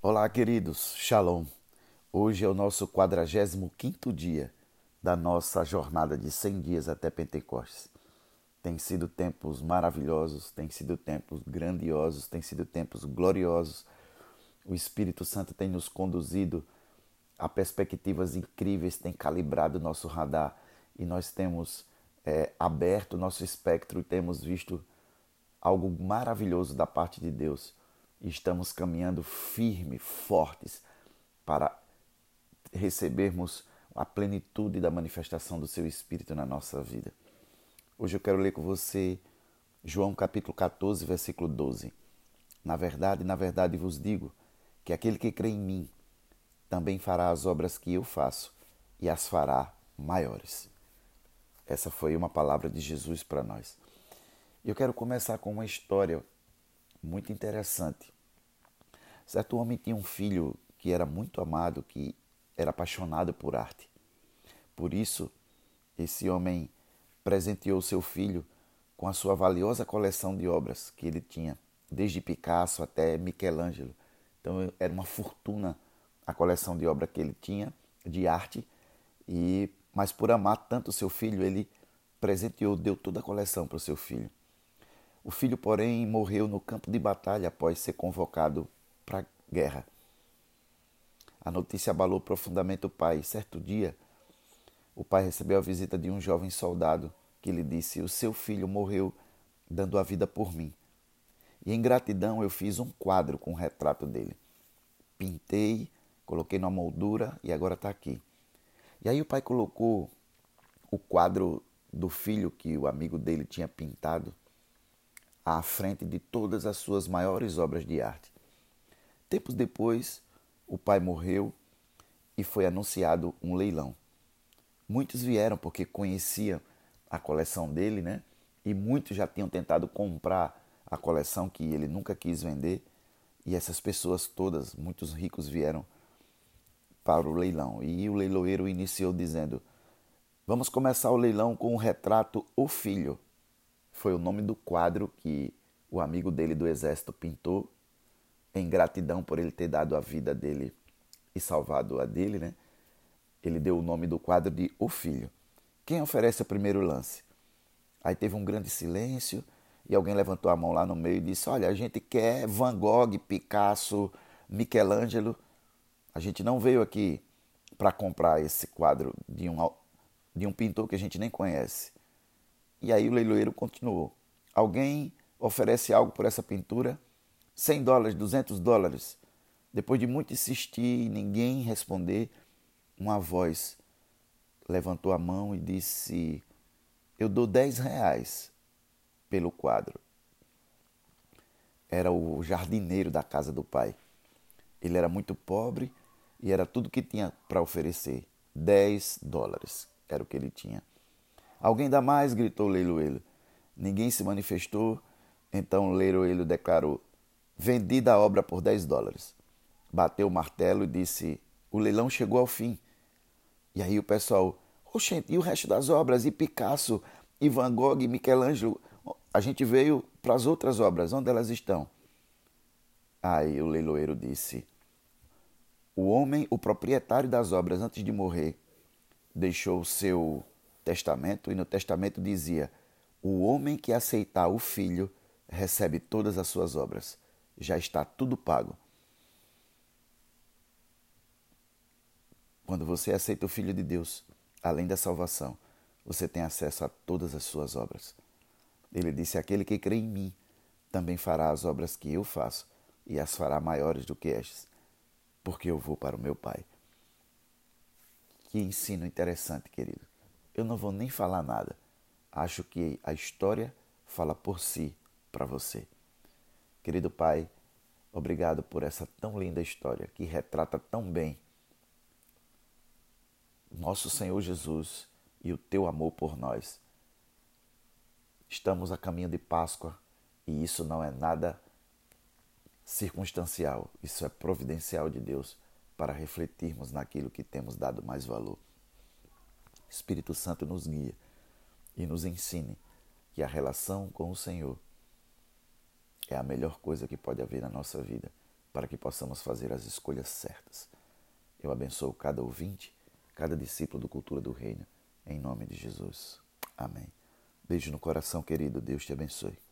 Olá, queridos. Shalom. Hoje é o nosso 45º dia da nossa jornada de 100 dias até Pentecostes. Tem sido tempos maravilhosos, tem sido tempos grandiosos, tem sido tempos gloriosos. O Espírito Santo tem nos conduzido a perspectivas incríveis, tem calibrado o nosso radar e nós temos aberto o nosso espectro e temos visto algo maravilhoso da parte de Deus. E estamos caminhando firme, fortes, para recebermos a plenitude da manifestação do Seu Espírito na nossa vida. Hoje eu quero ler com você João capítulo 14, versículo 12. Na verdade vos digo que aquele que crê em mim também fará as obras que eu faço e as fará maiores. Essa foi uma palavra de Jesus para nós. Eu quero começar com uma história muito interessante. Certo homem tinha um filho que era muito amado, que era apaixonado por arte. Por isso, esse homem presenteou seu filho com a sua valiosa coleção de obras que ele tinha, desde Picasso até Michelangelo. Então era uma fortuna a coleção de obra que ele tinha, de arte, mas por amar tanto seu filho, ele presenteou, deu toda a coleção para o seu filho. O filho, porém, morreu no campo de batalha após ser convocado para a guerra. A notícia abalou profundamente o pai. Certo dia, o pai recebeu a visita de um jovem soldado que lhe disse: "O seu filho morreu dando a vida por mim. E em gratidão eu fiz um quadro com o retrato dele. Pintei, coloquei numa moldura e agora está aqui." E aí o pai colocou o quadro do filho que o amigo dele tinha pintado à frente de todas as suas maiores obras de arte. Tempos depois, o pai morreu e foi anunciado um leilão. Muitos vieram porque conheciam a coleção dele, né? E muitos já tinham tentado comprar a coleção que ele nunca quis vender. E essas pessoas todas, muitos ricos, vieram para o leilão. E o leiloeiro iniciou dizendo: "Vamos começar o leilão com o retrato O Filho." Foi o nome do quadro que o amigo dele do exército pintou em gratidão por ele ter dado a vida dele e salvado a dele, né? Ele deu o nome do quadro de O Filho. Quem oferece o primeiro lance? Aí teve um grande silêncio e alguém levantou a mão lá no meio e disse: "Olha, a gente quer Van Gogh, Picasso, Michelangelo. A gente não veio aqui para comprar esse quadro de um pintor que a gente nem conhece." E aí o leiloeiro continuou: "Alguém oferece algo por essa pintura? $100, $200. Depois de muito insistir e ninguém responder, uma voz levantou a mão e disse: "Eu dou R$ 10 pelo quadro." Era o jardineiro da casa do pai. Ele era muito pobre e era tudo que tinha para oferecer. $10 era o que ele tinha. "Alguém dá mais?" gritou o leiloeiro. Ninguém se manifestou, então o leiloeiro declarou: "Vendida a obra por $10. Bateu o martelo e disse: "O leilão chegou ao fim." E aí o pessoal: "Oxente, e o resto das obras? E Picasso, e Van Gogh, e Michelangelo? A gente veio para as outras obras, onde elas estão?" Aí o leiloeiro disse: "O homem, o proprietário das obras, antes de morrer, deixou o seu testamento, e no testamento dizia: o homem que aceitar o filho recebe todas as suas obras. Já está tudo pago." Quando você aceita o Filho de Deus, além da salvação, você tem acesso a todas as suas obras. Ele disse: "Aquele que crê em mim também fará as obras que eu faço, e as fará maiores do que estas, porque eu vou para o meu Pai." Que ensino interessante, querido. Eu não vou nem falar nada. Acho que a história fala por si para você. Querido Pai, obrigado por essa tão linda história que retrata tão bem nosso Senhor Jesus e o teu amor por nós. Estamos a caminho de Páscoa e isso não é nada circunstancial, isso é providencial de Deus para refletirmos naquilo que temos dado mais valor. Espírito Santo nos guia e nos ensine que a relação com o Senhor é a melhor coisa que pode haver na nossa vida. para que possamos fazer as escolhas certas. Eu abençoo cada ouvinte, cada discípulo do Cultura do Reino, em nome de Jesus. Amém. Beijo no coração, querido. Deus te abençoe.